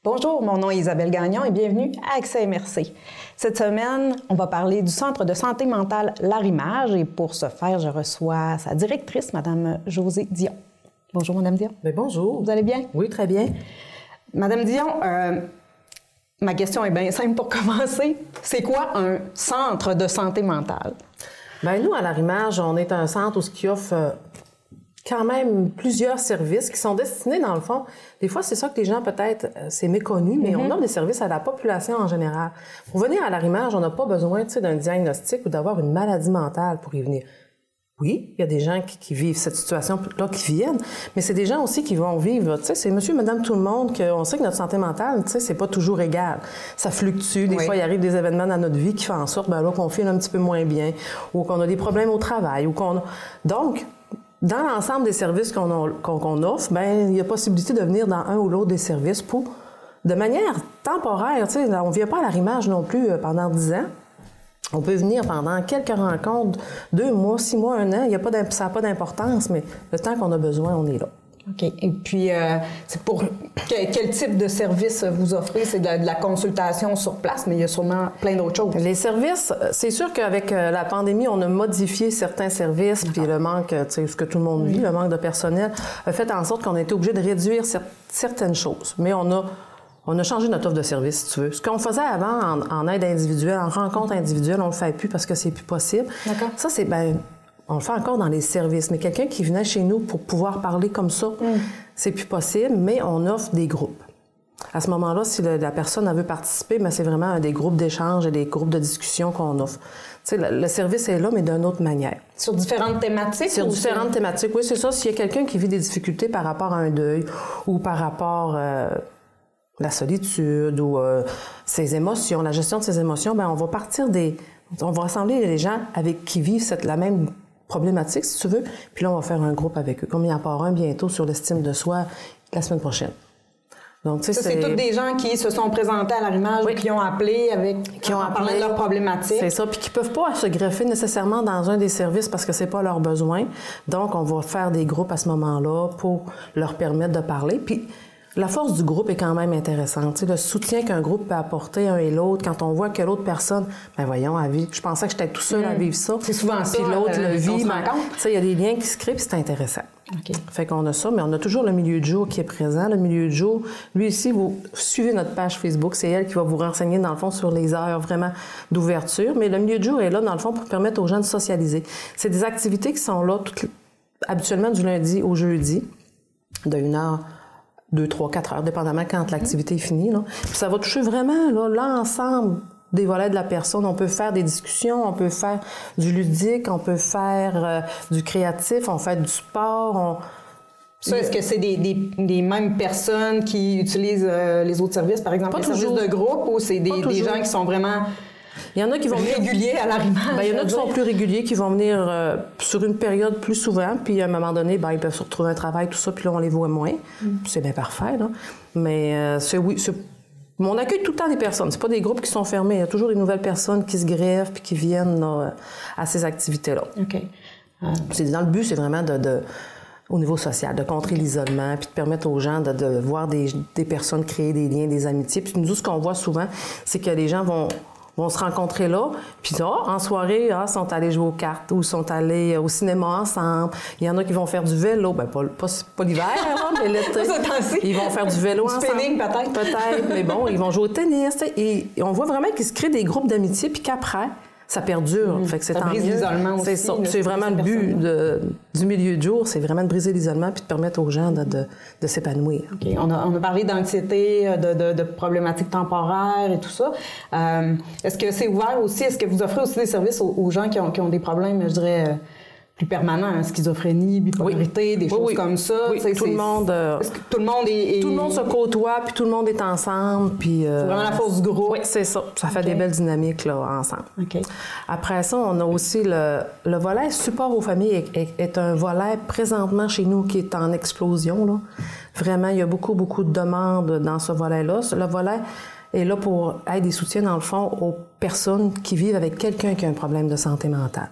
Bonjour, mon nom est Isabelle Gagnon et bienvenue à Accès MRC. Cette semaine, on va parler du Centre de santé mentale Larimage et pour ce faire, je reçois sa directrice, Mme Josée Dion. Bonjour, Mme Dion. Bien, bonjour. Vous allez bien? Oui, très bien. Mme Dion, ma question est bien simple pour commencer. C'est quoi un centre de santé mentale? Bien, nous, à Larimage, on est un centre où qui offre quand même plusieurs services qui sont destinés, dans le fond, des fois, c'est ça que les gens, peut-être, c'est méconnu, mais on offre des services à la population en général. Pour venir à Larimage, on n'a pas besoin, d'un diagnostic ou d'avoir une maladie mentale pour y venir. Oui, il y a des gens qui vivent cette situation-là, qui viennent, mais c'est des gens aussi qui vont vivre, c'est monsieur, madame, tout le monde, qu'on sait que notre santé mentale, c'est pas toujours égal. Ça fluctue. Des fois, il arrive des événements dans notre vie qui font en sorte, qu'on file un petit peu moins bien, ou qu'on a des problèmes au travail, ou qu'on a... Donc, dans l'ensemble des services qu'on offre, il y a possibilité de venir dans un ou l'autre des services de manière temporaire. On ne vient pas à Larimage non plus pendant 10 ans. On peut venir pendant quelques rencontres, 2 mois, 6 mois, 1 an. Ça n'a pas d'importance, mais le temps qu'on a besoin, on est là. OK. Et puis, c'est pour quel type de service vous offrez? C'est de la consultation sur place, mais il y a sûrement plein d'autres choses. Les services, c'est sûr qu'avec la pandémie, on a modifié certains services, puis le manque, ce que tout le monde vit, le manque de personnel, a fait en sorte qu'on a été obligé de réduire certaines choses. Mais on a changé notre offre de service, si tu veux. Ce qu'on faisait avant en aide individuelle, en rencontre individuelle, on le fait plus parce que c'est plus possible. D'accord. Ça, c'est on le fait encore dans les services, mais quelqu'un qui venait chez nous pour pouvoir parler comme ça, c'est plus possible, mais on offre des groupes. À ce moment-là, si la personne veut participer, c'est vraiment des groupes d'échange et des groupes de discussion qu'on offre. Le service est là, mais d'une autre manière. Sur différentes thématiques? Sur différentes thématiques, oui, c'est ça. S'il y a quelqu'un qui vit des difficultés par rapport à un deuil ou par rapport à la solitude ou ses émotions, la gestion de ses émotions, on va partir on va rassembler les gens avec qui vivent la même problématique, si tu veux, puis là, on va faire un groupe avec eux. Comme il y en a un bientôt sur l'estime de soi la semaine prochaine. Donc, ça, c'est tous des gens qui se sont présentés à Larimage, qui ont appelé en parlant de leurs problématiques. C'est ça, puis qui peuvent pas se greffer nécessairement dans un des services parce que c'est pas leur besoin. Donc, on va faire des groupes à ce moment-là pour leur permettre de parler. Puis, la force du groupe est quand même intéressante. Le soutien qu'un groupe peut apporter un et l'autre, quand on voit que l'autre personne, voyons, elle vit. Je pensais que j'étais tout seul à vivre ça. C'est souvent ça. Puis l'autre le vit. Il y a des liens qui se créent, puis c'est intéressant. Okay. Fait qu'on a ça, mais on a toujours le milieu de jour qui est présent. Le milieu de jour, lui ici, vous suivez notre page Facebook, c'est elle qui va vous renseigner, dans le fond, sur les heures vraiment d'ouverture. Mais le milieu de jour est là, dans le fond, pour permettre aux gens de socialiser. C'est des activités qui sont là habituellement du lundi au jeudi, de 1 heure, 2, 3, 4 heures, dépendamment quand l'activité est finie. Là. Puis ça va toucher vraiment l'ensemble des volets de la personne. On peut faire des discussions, on peut faire du ludique, on peut faire du créatif, on fait du sport. Ça, est-ce que c'est des mêmes personnes qui utilisent les autres services, par exemple, les services de groupe, ou c'est des gens qui sont vraiment... Il y en a qui vont réguliers à Larimage. Il y en a qui sont plus réguliers, qui vont venir sur une période plus souvent, puis à un moment donné, ils peuvent se retrouver un travail, tout ça, puis là, on les voit moins. C'est bien parfait, là. Mais on accueille tout le temps des personnes. C'est pas des groupes qui sont fermés. Il y a toujours des nouvelles personnes qui se greffent puis qui viennent là, à ces activités-là. OK. Dans le but, c'est vraiment au niveau social, de contrer l'isolement, puis de permettre aux gens de voir des personnes créer des liens, des amitiés. Puis nous, ce qu'on voit souvent, c'est que les gens vont se rencontrer là, puis en soirée, sont allés jouer aux cartes ou sont allés au cinéma ensemble. Il y en a qui vont faire du vélo, pas l'hiver, mais l'été. Ils vont faire du vélo ensemble. Spinning, peut-être. Peut-être, mais bon, ils vont jouer au tennis. Et on voit vraiment qu'ils se créent des groupes d'amitié, puis qu'après, ça perdure. Fait que c'est ça brise l'isolement aussi. C'est ça. C'est vraiment le but du milieu de jour, c'est vraiment de briser l'isolement puis de permettre aux gens de s'épanouir. OK. On a parlé d'anxiété, de problématiques temporaires et tout ça. Est-ce que c'est ouvert aussi? Est-ce que vous offrez aussi des services aux gens qui ont des problèmes, je dirais, plus permanents, schizophrénie, bipolarité, des choses comme ça? Oui, tout le monde... Est-ce que tout le monde est... Tout le monde se côtoie, puis tout le monde est ensemble, puis... C'est vraiment la force du groupe? Oui, c'est ça. Ça fait des belles dynamiques, là, ensemble. OK. Après ça, on a aussi le volet support aux familles est un volet présentement chez nous qui est en explosion, là. Vraiment, il y a beaucoup, beaucoup de demandes dans ce volet-là. Le volet est là pour être des soutiens, dans le fond, aux personnes qui vivent avec quelqu'un qui a un problème de santé mentale.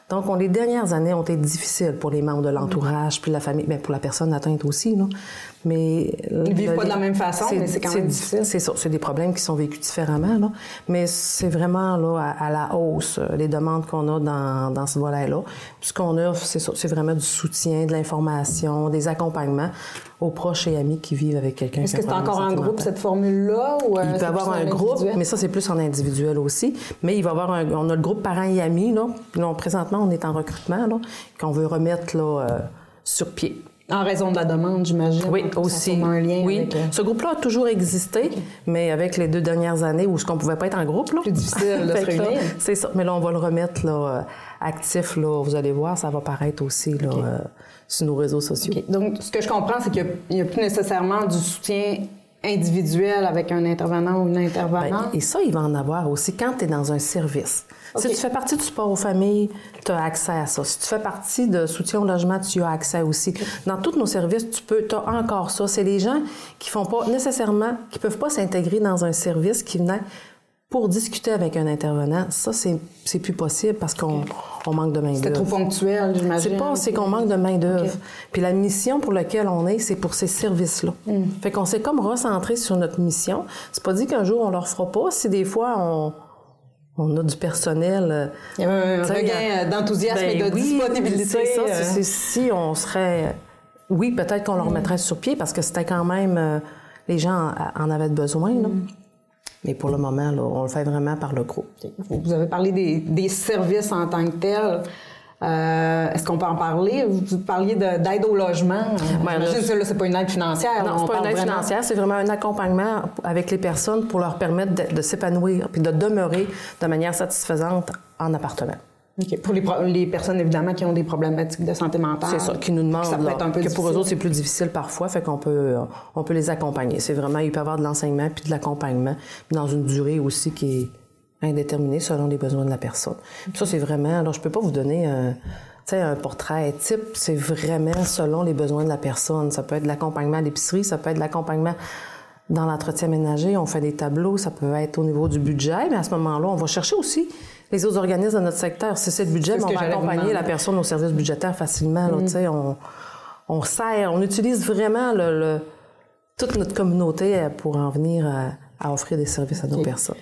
Donc, les dernières années ont été difficiles pour les membres de l'entourage, puis la famille, bien, pour la personne atteinte aussi, là. Mais ils vivent pas de la même façon, mais c'est quand même difficile. C'est ça, c'est des problèmes qui sont vécus différemment, là. Mais c'est vraiment là à la hausse les demandes qu'on a dans ce volet-là. Puis ce qu'on offre, c'est ça, c'est vraiment du soutien, de l'information, des accompagnements aux proches et amis qui vivent avec quelqu'un. Est-ce que c'est encore en groupe cette formule-là ou il peut avoir un groupe, mais ça c'est plus en individuel aussi. Mais il va y avoir on a le groupe parents et amis là. Puis là, présentement on est en recrutement là, qu'on veut remettre là sur pied. En raison de la demande, j'imagine. Oui, aussi. Ça a un lien oui. avec... Ce groupe-là a toujours existé, mais avec les 2 dernières années où on pouvait pas être en groupe, là. Plus difficile de se réunir. C'est ça. Mais là, on va le remettre là, actif. Là, vous allez voir, ça va paraître aussi là, sur nos réseaux sociaux. Okay. Donc, ce que je comprends, c'est qu'il n'y a plus nécessairement du soutien individuel avec un intervenant ou une intervenante. Et ça, il va en avoir aussi quand tu es dans un service. Si tu fais partie du support aux familles, tu as accès à ça. Si tu fais partie de soutien au logement, tu y as accès aussi. Dans tous nos services, tu as encore ça. C'est les gens qui font pas nécessairement, qui peuvent pas s'intégrer dans un service, qui venaient pour discuter avec un intervenant. Ça, c'est plus possible parce qu'on manque de main-d'œuvre. C'était trop ponctuel, j'imagine. C'est qu'on manque de main-d'œuvre. Puis la mission pour laquelle on est, c'est pour ces services-là. Fait qu'on s'est comme recentré sur notre mission. C'est pas dit qu'un jour on leur fera pas. Si des fois on a du personnel. Il y a un regain d'enthousiasme et de disponibilité. C'est ça. Si on serait... Oui, peut-être qu'on leur mettrait sur pied parce que c'était quand même... les gens en avaient besoin, là. Mais pour le moment, là, on le fait vraiment par le groupe. Vous avez parlé des services en tant que tels. Est-ce qu'on peut en parler? Vous parliez d'aide au logement. J'imagine que là, c'est pas une aide financière. Non, c'est pas une aide financière, c'est vraiment un accompagnement avec les personnes pour leur permettre de s'épanouir puis de demeurer de manière satisfaisante en appartement. Okay. Pour les personnes, évidemment, qui ont des problématiques de santé mentale. C'est ça, qui nous demandent ça peut être un peu que difficile. pour eux autres, c'est plus difficile parfois, fait qu'on peut les accompagner. C'est vraiment, il peut y avoir de l'enseignement puis de l'accompagnement, puis dans une durée aussi qui est indéterminée selon les besoins de la personne. Puis ça, c'est vraiment... Alors, je peux pas vous donner un portrait type, c'est vraiment selon les besoins de la personne. Ça peut être de l'accompagnement à l'épicerie, ça peut être de l'accompagnement dans l'entretien ménager, on fait des tableaux, ça peut être au niveau du budget, mais à ce moment-là, on va chercher aussi les autres organismes de notre secteur. Si c'est le budget, on va accompagner la personne au service budgétaire facilement. Là, on utilise vraiment toute notre communauté pour en venir à offrir des services à nos personnes.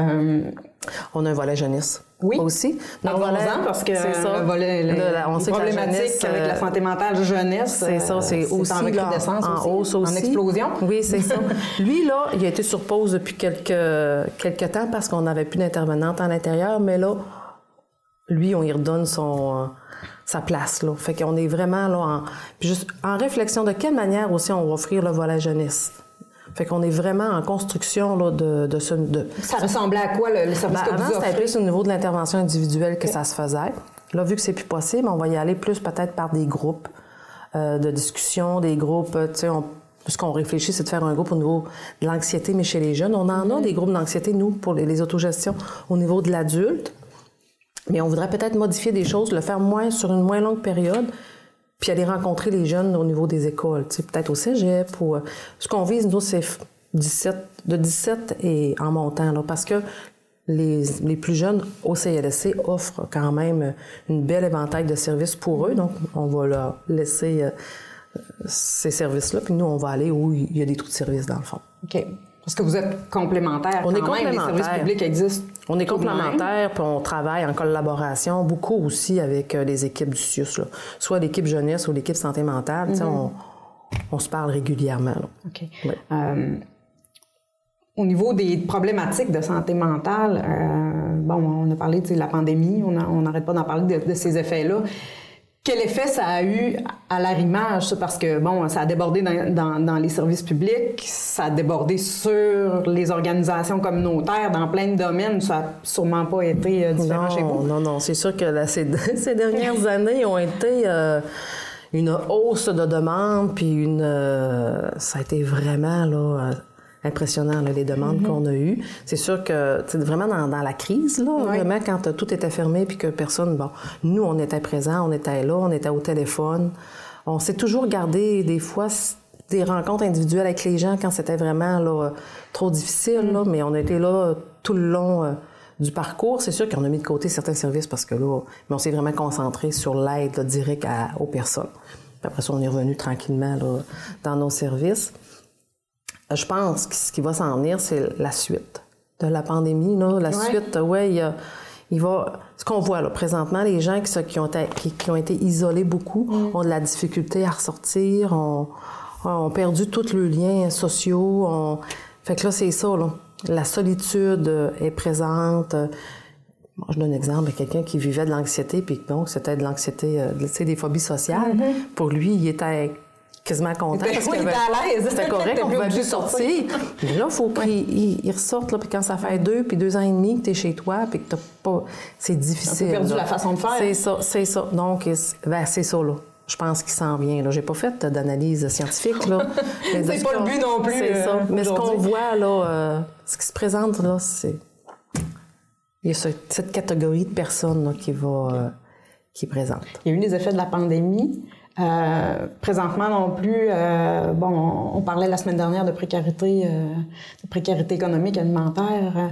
On a un volet jeunesse. Oui. Aussi. Parlons-en parce que le volet on sait problématique avec la santé mentale jeunesse, c'est ça, c'est aussi en recrudescence en hausse aussi. En explosion. Oui, c'est ça. Lui, là, il a été sur pause depuis quelques temps parce qu'on n'avait plus d'intervenante à l'intérieur, mais là, lui, on y redonne sa place, là. Fait qu'on est vraiment là juste en réflexion de quelle manière aussi on va offrir le volet jeunesse. Fait qu'on est vraiment en construction là, de ce... Ça ressemblait à quoi, le service que vous offrez? Avant, c'était plus au niveau de l'intervention individuelle que ça se faisait. Là, vu que c'est plus possible, on va y aller plus peut-être par des groupes de discussion, des groupes, tu sais, ce qu'on réfléchit, c'est de faire un groupe au niveau de l'anxiété, mais chez les jeunes. On en a des groupes d'anxiété, nous, pour les autogestions au niveau de l'adulte. Mais on voudrait peut-être modifier des choses, le faire sur une moins longue période, puis aller rencontrer les jeunes au niveau des écoles, tu sais, peut-être au cégep ou... ce qu'on vise, nous, c'est de 17 et en montant, là, parce que les plus jeunes au CLSC offrent quand même une belle éventail de services pour eux, donc on va leur laisser ces services-là, puis nous, on va aller où il y a des trous de services, dans le fond. OK. Parce que vous êtes complémentaires. On est complémentaires. Les services publics existent. On est complémentaires, puis on travaille en collaboration, beaucoup aussi avec les équipes du CIUS, là. Soit l'équipe jeunesse ou l'équipe santé mentale. On se parle régulièrement. Là. OK. Oui. Au niveau des problématiques de santé mentale, on a parlé de la pandémie, on n'arrête pas d'en parler de ces effets-là. Quel effet ça a eu à l'arrimage, ça? Parce que, ça a débordé dans les services publics, ça a débordé sur les organisations communautaires, dans plein de domaines. Ça n'a sûrement pas été différent chez vous. Non. C'est sûr que ces dernières années ont été une hausse de demande, puis ça a été vraiment, là... impressionnant, là, les demandes qu'on a eues. C'est sûr que, vraiment dans la crise, là, vraiment, quand tout était fermé puis que personne... nous, on était présents, on était là, on était au téléphone. On s'est toujours gardé, des fois, des rencontres individuelles avec les gens quand c'était vraiment là, trop difficile, là, mais on était là tout le long du parcours, c'est sûr qu'on a mis de côté certains services parce que là, mais on s'est vraiment concentré sur l'aide là, directe aux personnes. Puis après ça, on est revenu tranquillement là, dans nos services. Je pense que ce qui va s'en venir, c'est la suite de la pandémie. Là. La suite, il va... Ce qu'on voit là, présentement, les gens qui ont été isolés beaucoup ont de la difficulté à ressortir, ont perdu tous leurs liens sociaux. Fait que là, c'est ça, là. La solitude est présente. Moi, je donne un exemple, quelqu'un qui vivait de l'anxiété, puis bon, c'était de l'anxiété, des phobies sociales. Pour lui, il était quasiment content. Parce qu'il était à l'aise. C'était correct, on pouvait plus sortir. Mais là, il faut qu'il ressorte, là, puis quand ça fait 2 ans et demi que tu es chez toi, puis que tu n'as pas... C'est difficile. Tu as perdu la façon de faire. C'est ça. Donc, c'est ça, là. Je pense qu'il s'en vient. Là, j'ai pas fait d'analyse scientifique. Là. C'est pas le but non plus. C'est ça. Mais ce qu'on voit, là, ce qui se présente, là, c'est... Il y a cette catégorie de personnes là, qui est présente. Il y a eu les effets de la pandémie. Présentement non plus, on parlait la semaine dernière de précarité économique alimentaire.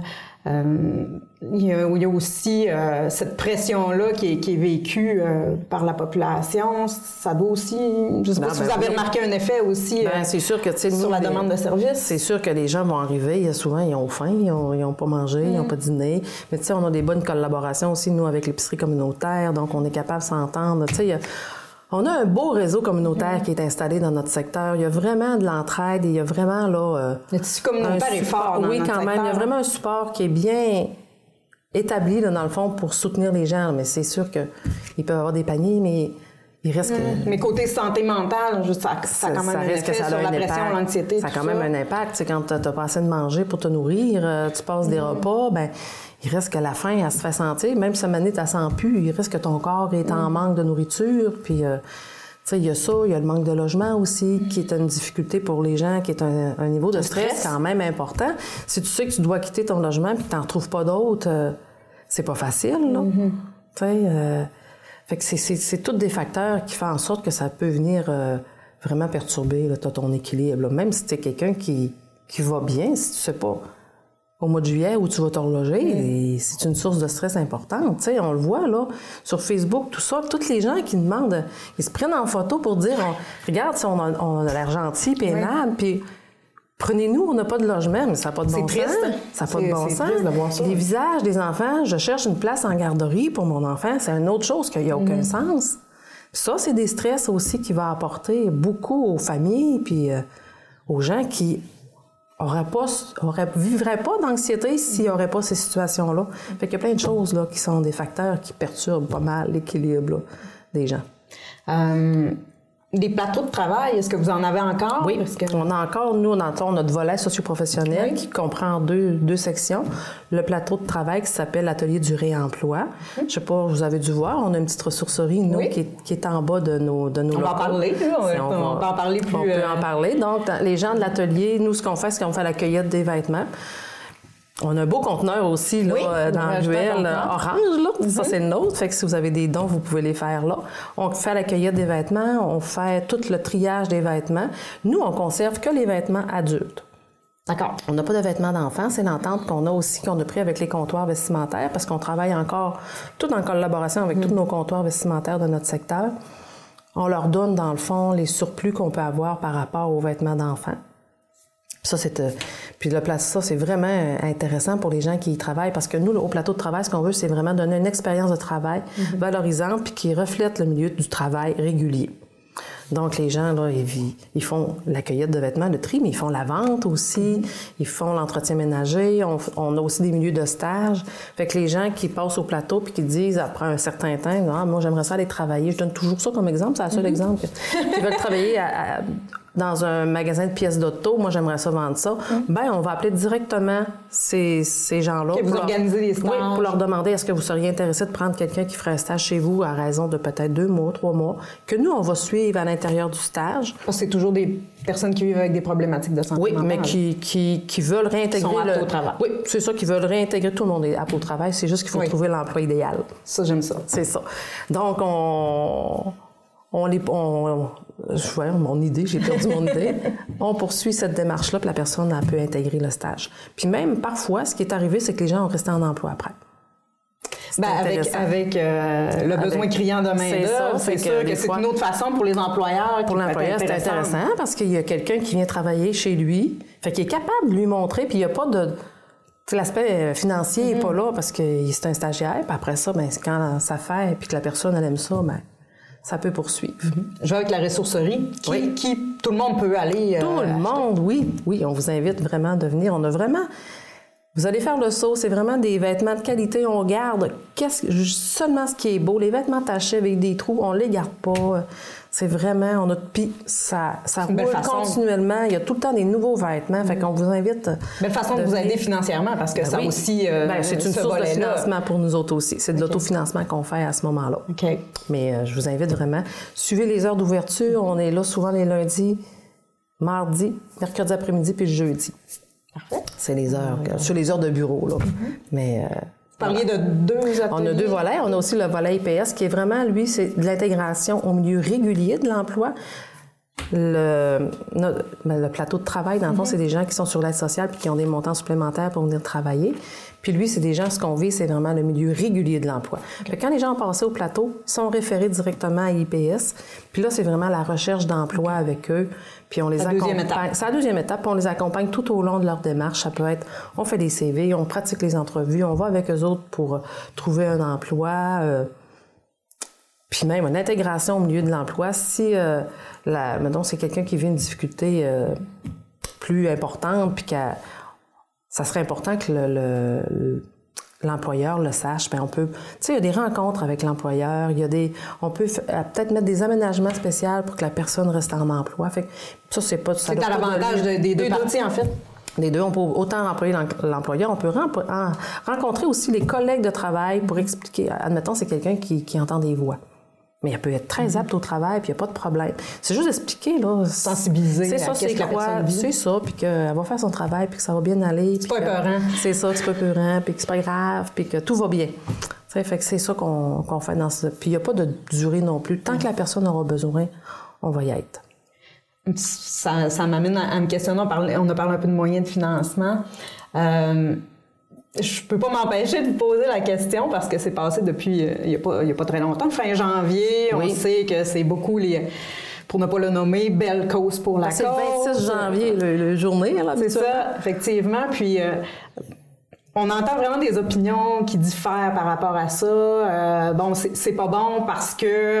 Il y a aussi cette pression-là qui est vécue par la population. Ça doit aussi... Je ne sais pas si vous avez remarqué un effet aussi c'est sûr que, sur la demande de services. C'est sûr que les gens vont arriver, souvent ils ont faim, ils n'ont pas mangé, ils n'ont pas dîné. Mais tu sais, on a des bonnes collaborations aussi, nous, avec l'épicerie communautaire, donc on est capable de s'entendre. Tu sais, on a un beau réseau communautaire qui est installé dans notre secteur. Il y a vraiment de l'entraide et il y a vraiment, là... le tissu communautaire est fort dans oui, notre quand même. secteur. Il y a vraiment un support qui est bien établi, là, dans le fond, pour soutenir les gens. Mais c'est sûr qu'ils peuvent avoir des paniers, mais il reste que... Mais côté santé mentale, ça a quand même un effet sur la pression, l'anxiété, ça a quand même un impact. C'est quand tu n'as pas assez de manger pour te nourrir, tu passes des repas, ben il reste que la faim, elle se fait sentir. Même si tu ne sens plus, il reste que ton corps est en manque de nourriture. Puis, tu sais, il y a ça, il y a le manque de logement aussi, qui est une difficulté pour les gens, qui est un niveau de stress quand même important. Si tu sais que tu dois quitter ton logement puis que tu n'en retrouves pas d'autres, c'est pas facile, là. Tu sais, fait que c'est tous des facteurs qui font en sorte que ça peut venir vraiment perturber là, ton équilibre. Là. Même si tu es quelqu'un qui va bien, si tu sais pas au mois de juillet où tu vas t'horloger, c'est une source de stress importante. Tu sais, on le voit là sur Facebook, tout ça, tous les gens qui demandent, ils se prennent en photo pour dire, regarde, si on a l'air gentil, puis aimable, puis prenez-nous, on n'a pas de logement, mais ça n'a pas de bon sens. C'est triste. Ça n'a pas de bon sens. Triste de voir ça. Les visages des enfants, je cherche une place en garderie pour mon enfant, c'est une autre chose qui n'a aucun sens. Puis ça, c'est des stress aussi qui va apporter beaucoup aux familles, puis aux gens qui vivraient pas d'anxiété s'il n'y aurait pas ces situations-là. Fait qu'il y a plein de choses là, qui sont des facteurs qui perturbent pas mal l'équilibre là, des gens. Des plateaux de travail, est-ce que vous en avez encore? Oui, on a encore, nous, dans notre volet socio-professionnel qui comprend deux sections. Le plateau de travail qui s'appelle l'atelier du réemploi. Je sais pas, vous avez dû voir, on a une petite ressourcerie, nous, qui est en bas de nos locaux. On va en parler, on peut en parler plus... On peut en parler. Donc, les gens de l'atelier, nous, ce qu'on fait, c'est qu'on fait la cueillette des vêtements. On a un beau conteneur aussi là, dans la ruelle orange. Là. Ça, c'est le nôtre. Fait que si vous avez des dons, vous pouvez les faire là. On fait la cueillette des vêtements. On fait tout le triage des vêtements. Nous, on conserve que les vêtements adultes. D'accord. On n'a pas de vêtements d'enfants. C'est l'entente qu'on a pris avec les comptoirs vestimentaires parce qu'on travaille encore tout en collaboration avec tous nos comptoirs vestimentaires de notre secteur. On leur donne, dans le fond, les surplus qu'on peut avoir par rapport aux vêtements d'enfants. Ça, puis ça, c'est vraiment intéressant pour les gens qui y travaillent parce que nous, au plateau de travail, ce qu'on veut, c'est vraiment donner une expérience de travail valorisante puis qui reflète le milieu du travail régulier. Donc, les gens, là, ils font la cueillette de vêtements, le tri, mais ils font la vente aussi, ils font l'entretien ménager, on a aussi des milieux de stage. Fait que les gens qui passent au plateau puis qui disent, après un certain temps, « Ah, moi, j'aimerais ça aller travailler. » Je donne toujours ça comme exemple, c'est le seul exemple. Ils veulent travailler dans un magasin de pièces d'auto, moi, j'aimerais ça vendre ça. Ben, on va appeler directement ces gens-là. Vous organisez les stages. Oui, pour leur demander, est-ce que vous seriez intéressé de prendre quelqu'un qui ferait un stage chez vous à raison de peut-être 2 mois, 3 mois, que nous, on va suivre à l'intérieur du stage. Parce que c'est toujours des personnes qui vivent avec des problématiques de santé mentale. Oui, mais qui veulent réintégrer... Ils sont aptes au travail. Oui, c'est ça, qui veulent réintégrer. Tout le monde est apte au travail. C'est juste qu'il faut trouver l'emploi idéal. Ça, j'aime ça. C'est ça. Donc, Voyons, mon idée, j'ai perdu mon idée. On poursuit cette démarche-là, puis la personne elle peut intégrer le stage. Puis même, parfois, ce qui est arrivé, c'est que les gens ont resté en emploi après. Avec le besoin criant de main-d'œuvre, c'est sûr que c'est une autre façon pour les employeurs. Pour l'employeur, c'est intéressant parce qu'il y a quelqu'un qui vient travailler chez lui, fait qu'il est capable de lui montrer, puis il n'y a pas de... L'aspect financier n'est pas là parce que c'est un stagiaire, puis après ça, ben, quand ça fait, puis que la personne, elle aime ça, ben, ça peut poursuivre. Je vais avec la ressourcerie, qui tout le monde peut aller... Tout le monde, oui. Oui, on vous invite vraiment à venir. On a vraiment... Vous allez faire le saut, c'est vraiment des vêtements de qualité. On garde seulement ce qui est beau. Les vêtements tachés avec des trous, on les garde pas. C'est vraiment... Puis ça roule continuellement. Il y a tout le temps des nouveaux vêtements. Fait qu'on vous invite... Belle façon de vous aider financièrement parce que ça aussi... c'est une source de financement pour nous autres aussi. C'est de l'autofinancement qu'on fait à ce moment-là. OK. Mais je vous invite vraiment. Suivez les heures d'ouverture. On est là souvent les lundis, mardis, mercredi après-midi puis le jeudi. Parfait. C'est les heures, sur les heures de bureau, là. Mais... Vous parliez de 2 ateliers. On a 2 volets. On a aussi le volet IPS qui est vraiment, lui, c'est de l'intégration au milieu régulier de l'emploi. Le plateau de travail, dans le fond, c'est des gens qui sont sur l'aide sociale puis qui ont des montants supplémentaires pour venir travailler. Puis lui, c'est des gens, ce qu'on vit, c'est vraiment le milieu régulier de l'emploi. Okay. Quand les gens ont passé au plateau, ils sont référés directement à IPS. Puis là, c'est vraiment la recherche d'emploi avec eux. Puis on les accompagne. C'est la deuxième étape. Puis on les accompagne tout au long de leur démarche. Ça peut être, on fait des CV, on pratique les entrevues, on va avec eux autres pour trouver un emploi. Puis même une intégration au milieu de l'emploi. Si, mettons, c'est quelqu'un qui vit une difficulté plus importante, puis ça serait important que l'employeur le sache. Bien, on peut... Tu sais, il y a des rencontres avec l'employeur. On peut peut-être mettre des aménagements spéciaux pour que la personne reste en emploi. Fait que ça, c'est pas... C'est à l'avantage des deux parties, en fait. Les deux, on peut autant employer l'employeur, on peut rencontrer aussi les collègues de travail pour expliquer. Admettons, c'est quelqu'un qui entend des voix. Mais elle peut être très apte au travail, puis il n'y a pas de problème. C'est juste expliquer, là. Sensibiliser. C'est ça, c'est quoi. C'est ça, puis qu'elle va faire son travail, puis que ça va bien aller. C'est pas épeurant. C'est ça, c'est pas épeurant, puis que c'est pas grave, puis que tout va bien. Fait que c'est ça qu'on fait dans ce... Puis il n'y a pas de durée non plus. Tant que la personne aura besoin, on va y être. Ça m'amène à me questionner. On a parlé un peu de moyens de financement. Je peux pas m'empêcher de vous poser la question parce que c'est passé depuis il y a pas très longtemps, fin janvier. Oui. On sait que c'est beaucoup pour ne pas le nommer, belle cause pour la cause. C'est le 26 janvier, le journée. Là, c'est ça, effectivement. Puis on entend vraiment des opinions qui diffèrent par rapport à ça. Bon, c'est pas bon parce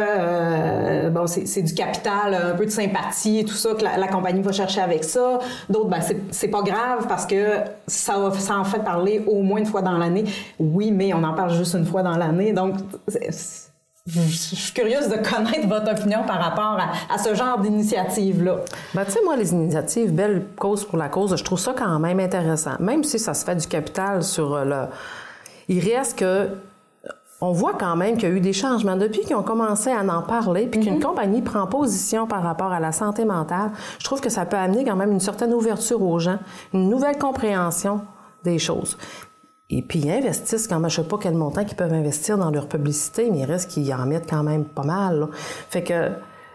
que c'est du capital, un peu de sympathie, tout ça que la compagnie va chercher avec ça. D'autres, c'est pas grave parce que ça en fait parler au moins une fois dans l'année. Oui, mais on en parle juste une fois dans l'année. Donc, je suis curieuse de connaître votre opinion par rapport à ce genre d'initiative-là. Ben, tu sais, moi, les initiatives, belle cause pour la cause, je trouve ça quand même intéressant. Même si ça se fait du capital sur il reste que... On voit quand même qu'il y a eu des changements. Depuis qu'ils ont commencé à en parler, puis qu'une compagnie prend position par rapport à la santé mentale, je trouve que ça peut amener quand même une certaine ouverture aux gens, une nouvelle compréhension des choses. Et puis, ils investissent quand même, je ne sais pas quel montant qu'ils peuvent investir dans leur publicité, mais il reste qu'ils en mettent quand même pas mal, là. Fait que,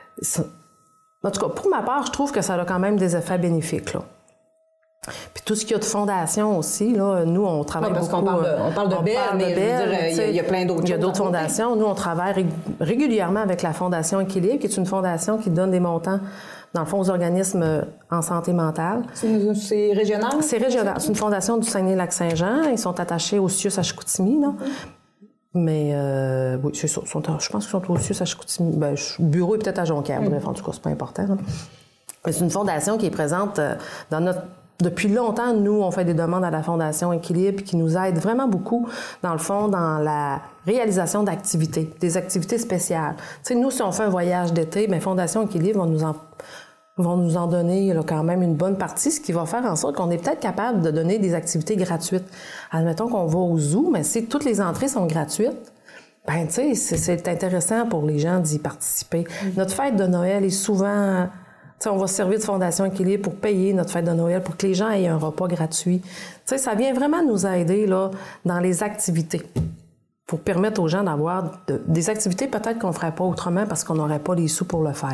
en tout cas, pour ma part, je trouve que ça a quand même des effets bénéfiques, là. Puis tout ce qu'il y a de fondation aussi, là, nous, on travaille beaucoup... On parle de Belle, mais il y a plein d'autres choses. Il y a d'autres fondations. Nous, on travaille régulièrement avec la Fondation Équilibre, qui est une fondation qui donne des montants, dans le fond, aux organismes en santé mentale. C'est régional? C'est régional. C'est une fondation du Saguenay-Lac-Saint-Jean. Ils sont attachés au CIUS à Chicoutimi, là. Mais, oui, c'est ça. Je pense qu'ils sont au CIUS à Chicoutimi. Ben, le bureau est peut-être à Jonquière. Bref, en tout cas, c'est pas important, là. Mais c'est une fondation qui est présente dans notre... Depuis longtemps, nous, on fait des demandes à la Fondation Équilibre qui nous aide vraiment beaucoup, dans le fond, dans la réalisation d'activités, des activités spéciales. Tu sais, nous, si on fait un voyage d'été, bien, Fondation Équilibre vont nous en donner là, quand même une bonne partie, ce qui va faire en sorte qu'on est peut-être capable de donner des activités gratuites. Admettons qu'on va au zoo, mais si toutes les entrées sont gratuites, ben tu sais, c'est intéressant pour les gens d'y participer. Notre fête de Noël est souvent... T'sais, on va se servir de Fondation Équilibre pour payer notre fête de Noël, pour que les gens aient un repas gratuit. T'sais, ça vient vraiment nous aider là, dans les activités, pour permettre aux gens d'avoir des activités peut-être qu'on ne ferait pas autrement parce qu'on n'aurait pas les sous pour le faire. Là.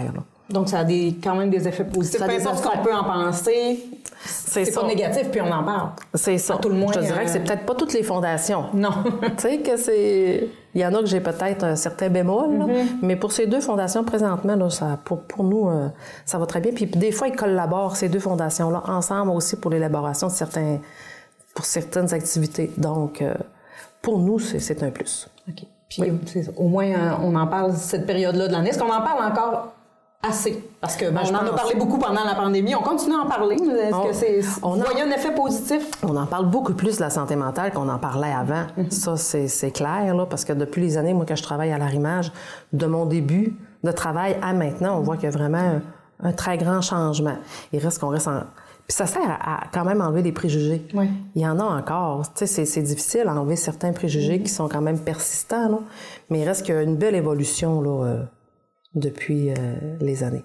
Donc, ça a quand même des effets positifs. Peu importe ce qu'on peut en penser, c'est pas négatif, puis on en parle. C'est ça. Tout le moins, je te dirais que c'est peut-être pas toutes les fondations. Non. Tu sais que c'est... Il y en a que j'ai peut-être un certain bémol, là, mais pour ces 2 fondations, présentement, là, pour nous, ça va très bien. Puis des fois, ils collaborent, ces 2 fondations-là, ensemble aussi pour l'élaboration de pour certaines activités. Donc, pour nous, c'est un plus. OK. Puis au moins, on en parle cette période-là de l'année. Est-ce qu'on en parle encore assez? Parce que on en a parlé beaucoup pendant la pandémie. On continue à en parler. Est-ce que vous voyez un effet positif? On en parle beaucoup plus de la santé mentale qu'on en parlait avant. Ça, c'est clair, là, parce que depuis les années, moi, quand je travaille à l'arrimage, de mon début de travail à maintenant, on voit qu'il y a vraiment un très grand changement. Il reste qu'on reste en... Puis ça sert à quand même enlever des préjugés. Oui. Il y en a encore. Tu sais, c'est difficile à enlever certains préjugés qui sont quand même persistants, là. Mais il reste qu'il y a une belle évolution, là, depuis les années.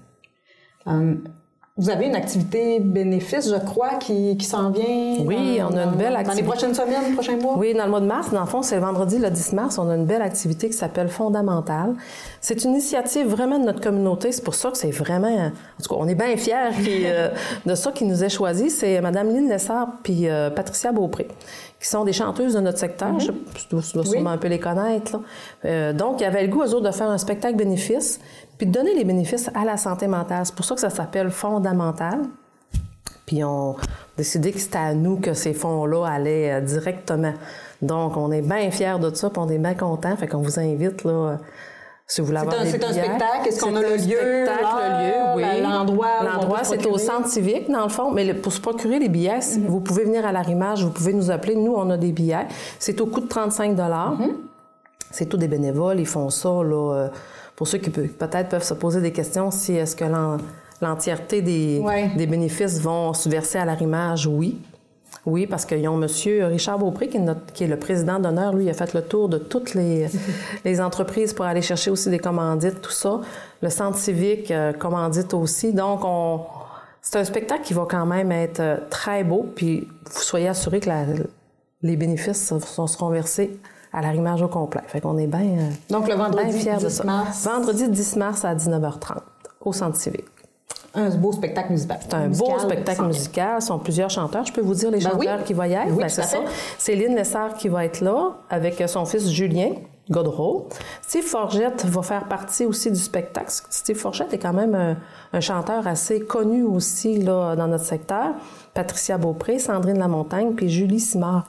Vous avez une activité bénéfice, je crois, qui s'en vient. Oui, on a une belle activité. Dans les prochaines semaines, prochains mois? Oui, dans le mois de mars. Dans le fond, c'est le vendredi, le 10 mars, on a une belle activité qui s'appelle Fondamentale. C'est une initiative vraiment de notre communauté. C'est pour ça que c'est vraiment... En tout cas, on est bien fiers de ça qui nous est choisi. C'est Mme Lynne Lessard puis Patricia Beaupré, qui sont des chanteuses de notre secteur. Je dois sûrement un peu les connaître, là. Donc, il y avait le goût, eux autres, de faire un spectacle bénéfice puis de donner les bénéfices à la santé mentale. C'est pour ça que ça s'appelle Fondamental. Puis on a décidé que c'était à nous que ces fonds-là allaient directement. Donc, on est bien fiers de ça, puis on est bien contents. Fait qu'on vous invite, là, si vous voulez avoir des billets. C'est un spectacle. Est-ce qu'on a le lieu? Oui. L'endroit, c'est au centre civique, dans le fond. Mais pour se procurer les billets, vous pouvez venir à l'arrimage, vous pouvez nous appeler. Nous, on a des billets. C'est au coût de 35 $. C'est tous des bénévoles. Ils font ça, là... Pour ceux qui peut-être peuvent se poser des questions, si est-ce que l'entièreté des bénéfices vont se verser à l'arrimage? Oui. Oui, parce qu'ils ont M. Richard Beaupré, qui est le président d'honneur. Lui, il a fait le tour de toutes les entreprises pour aller chercher aussi des commandites, tout ça. Le centre civique commandite aussi. Donc, c'est un spectacle qui va quand même être très beau. Puis, vous soyez assurés que les bénéfices seront versés à l'arrimage au complet. Fait qu'on est bien Donc, le vendredi 10 mars. Vendredi 10 mars à 19h30, au Centre civique. Un beau spectacle musical. C'est un beau spectacle musical. Ce sont plusieurs chanteurs. Je peux vous dire les chanteurs qui vont y être. Oui, c'est ça. C'est Lynne Lessard qui va être là, avec son fils Julien Godreau. Steve Forgette va faire partie aussi du spectacle. Steve Forgette est quand même un chanteur assez connu aussi là, dans notre secteur. Patricia Beaupré, Sandrine Lamontagne, puis Julie Simard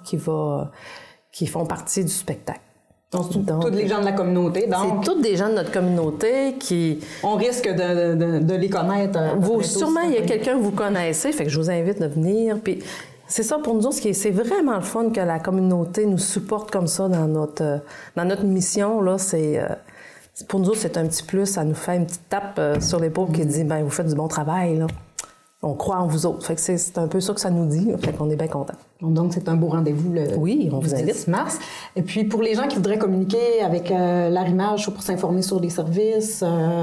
qui font partie du spectacle. Donc, tous les gens de la communauté. C'est tous des gens de notre communauté qui... On risque de les connaître. Sûrement, il y a quelqu'un que vous connaissez, fait que je vous invite à venir. Puis c'est ça, pour nous autres, c'est vraiment le fun que la communauté nous supporte comme ça dans notre mission. Là, pour nous autres, c'est un petit plus. Ça nous fait une petite tape sur l'épaule qui dit, ben vous faites du bon travail, là. On croit en vous autres. Fait que c'est un peu ça que ça nous dit. Fait qu'on est bien contents. Donc, c'est un beau rendez-vous le on vous invite. 10 mars. Et puis, pour les gens qui voudraient communiquer avec l'arrimage pour s'informer sur les services,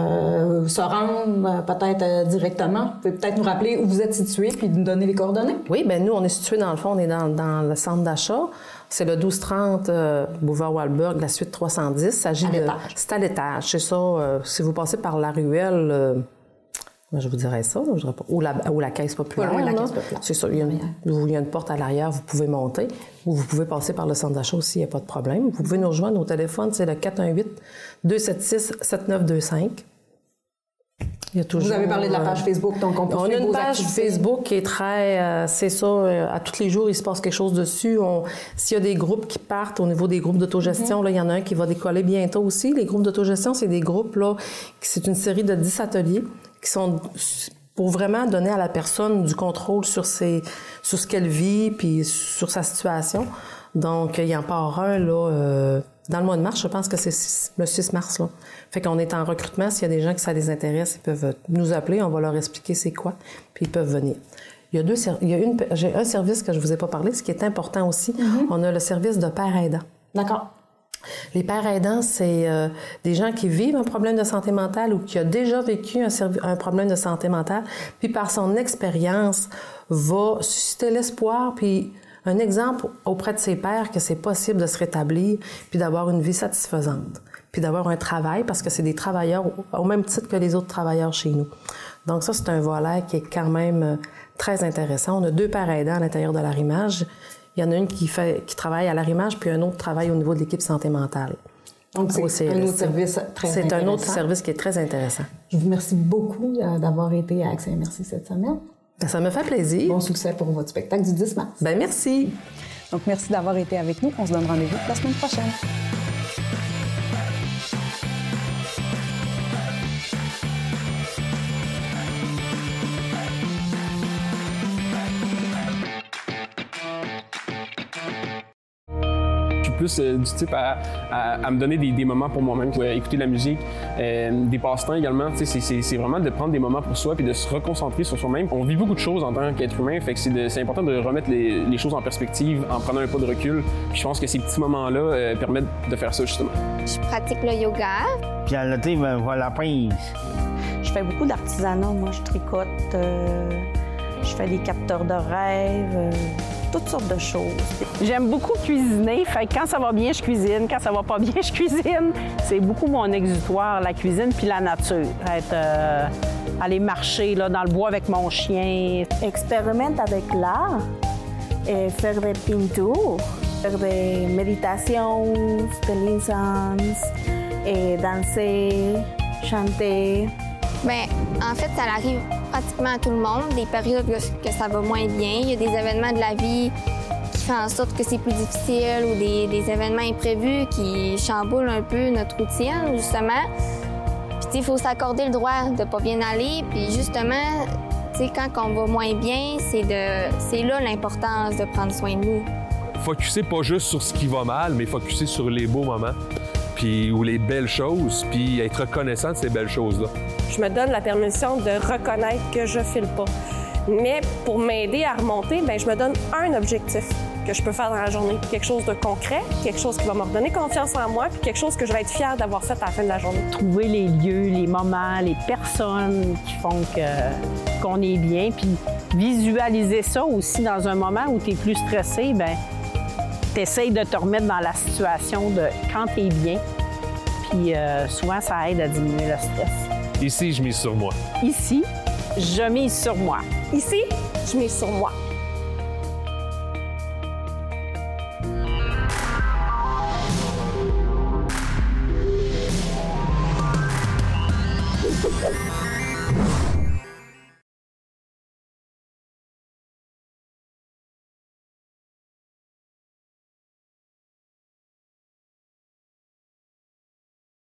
se rendre peut-être directement, vous pouvez peut-être nous rappeler où vous êtes situé puis nous donner les coordonnées. Oui, bien nous, on est situé dans le fond, on est dans le centre d'achat. C'est le 1230 boulevard Walberg, la suite 310. C'est à l'étage. C'est ça. Si vous passez par la ruelle... je vous dirais ça, je dirais pas. Ou la caisse populaire. Oui, la caisse populaire. C'est ça. Il y a une porte à l'arrière, vous pouvez monter. Ou vous pouvez passer par le centre d'achat aussi, il n'y a pas de problème. Vous pouvez nous rejoindre au téléphone, c'est le 418-276-7925. Vous avez parlé de la page Facebook, donc on peut a une page Facebook qui est très... c'est ça, à tous les jours, il se passe quelque chose dessus. S'il y a des groupes qui partent au niveau des groupes d'autogestion, là, il y en a un qui va décoller bientôt aussi. Les groupes d'autogestion, c'est des groupes, là, c'est une série de 10 ateliers qui sont pour vraiment donner à la personne du contrôle sur ce qu'elle vit puis sur sa situation. Donc, il y en part un, là, dans le mois de mars, je pense que c'est le 6 mars, là. Fait qu'on est en recrutement. S'il y a des gens que ça les intéresse, ils peuvent nous appeler. On va leur expliquer c'est quoi, puis ils peuvent venir. J'ai un service que je vous ai pas parlé, ce qui est important aussi. On a le service de père aidant. D'accord. Les pères aidants, c'est des gens qui vivent un problème de santé mentale ou qui ont déjà vécu un problème de santé mentale, puis par son expérience, va susciter l'espoir, puis un exemple auprès de ses pairs que c'est possible de se rétablir puis d'avoir une vie satisfaisante. puis d'avoir un travail, parce que c'est des travailleurs au même titre que les autres travailleurs chez nous. Donc ça, c'est un volet qui est quand même très intéressant. On a 2 pères aidants à l'intérieur de l'arrimage. Il y en a une qui travaille à l'arrimage, puis un autre travaille au niveau de l'équipe santé mentale. Donc, c'est un autre service très intéressant. C'est un autre service qui est très intéressant. Je vous remercie beaucoup d'avoir été à Accès Merci cette semaine. Bien, ça me fait plaisir. Bon succès pour votre spectacle du 10 mars. Bien, merci. Donc, merci d'avoir été avec nous. On se donne rendez-vous la semaine prochaine. Plus du type à me donner des moments pour moi-même, pour écouter de la musique, des passe-temps également. C'est vraiment de prendre des moments pour soi puis de se reconcentrer sur soi-même. On vit beaucoup de choses en tant qu'être humain, fait que c'est important de remettre les choses en perspective en prenant un pas de recul. Puis je pense que ces petits moments-là permettent de faire ça, justement. Je pratique le yoga. Puis à l'été, ben, voilà la prise. Je fais beaucoup d'artisanat. Moi, je tricote, je fais des capteurs de rêve, toutes sortes de choses. J'aime beaucoup cuisiner. Fait que quand ça va bien, je cuisine. Quand ça va pas bien, je cuisine. C'est beaucoup mon exutoire, la cuisine puis la nature. Aller marcher là, dans le bois avec mon chien. Expérimente avec l'art, et faire des peintures, faire des méditations, de l'incense, et danser, chanter. Bien, en fait, ça arrive pratiquement à tout le monde, des périodes que ça va moins bien. Il y a des événements de la vie qui font en sorte que c'est plus difficile ou des événements imprévus qui chamboulent un peu notre routine, justement. Puis, il faut s'accorder le droit de pas bien aller. Puis, justement, quand on va moins bien, c'est là l'importance de prendre soin de nous. Focusser pas juste sur ce qui va mal, mais focusser sur les beaux moments, ou les belles choses, puis être reconnaissant de ces belles choses-là. Je me donne la permission de reconnaître que je file pas. Mais pour m'aider à remonter, bien, je me donne un objectif que je peux faire dans la journée. Quelque chose de concret, quelque chose qui va me redonner confiance en moi, puis quelque chose que je vais être fière d'avoir fait à la fin de la journée. Trouver les lieux, les moments, les personnes qui font qu'on est bien, puis visualiser ça aussi dans un moment où tu es plus stressé, bien, tu essaies de te remettre dans la situation de quand tu es bien. Puis souvent, ça aide à diminuer le stress. Ici, je mise sur moi. Ici, je mise sur moi. Ici, je mise sur moi.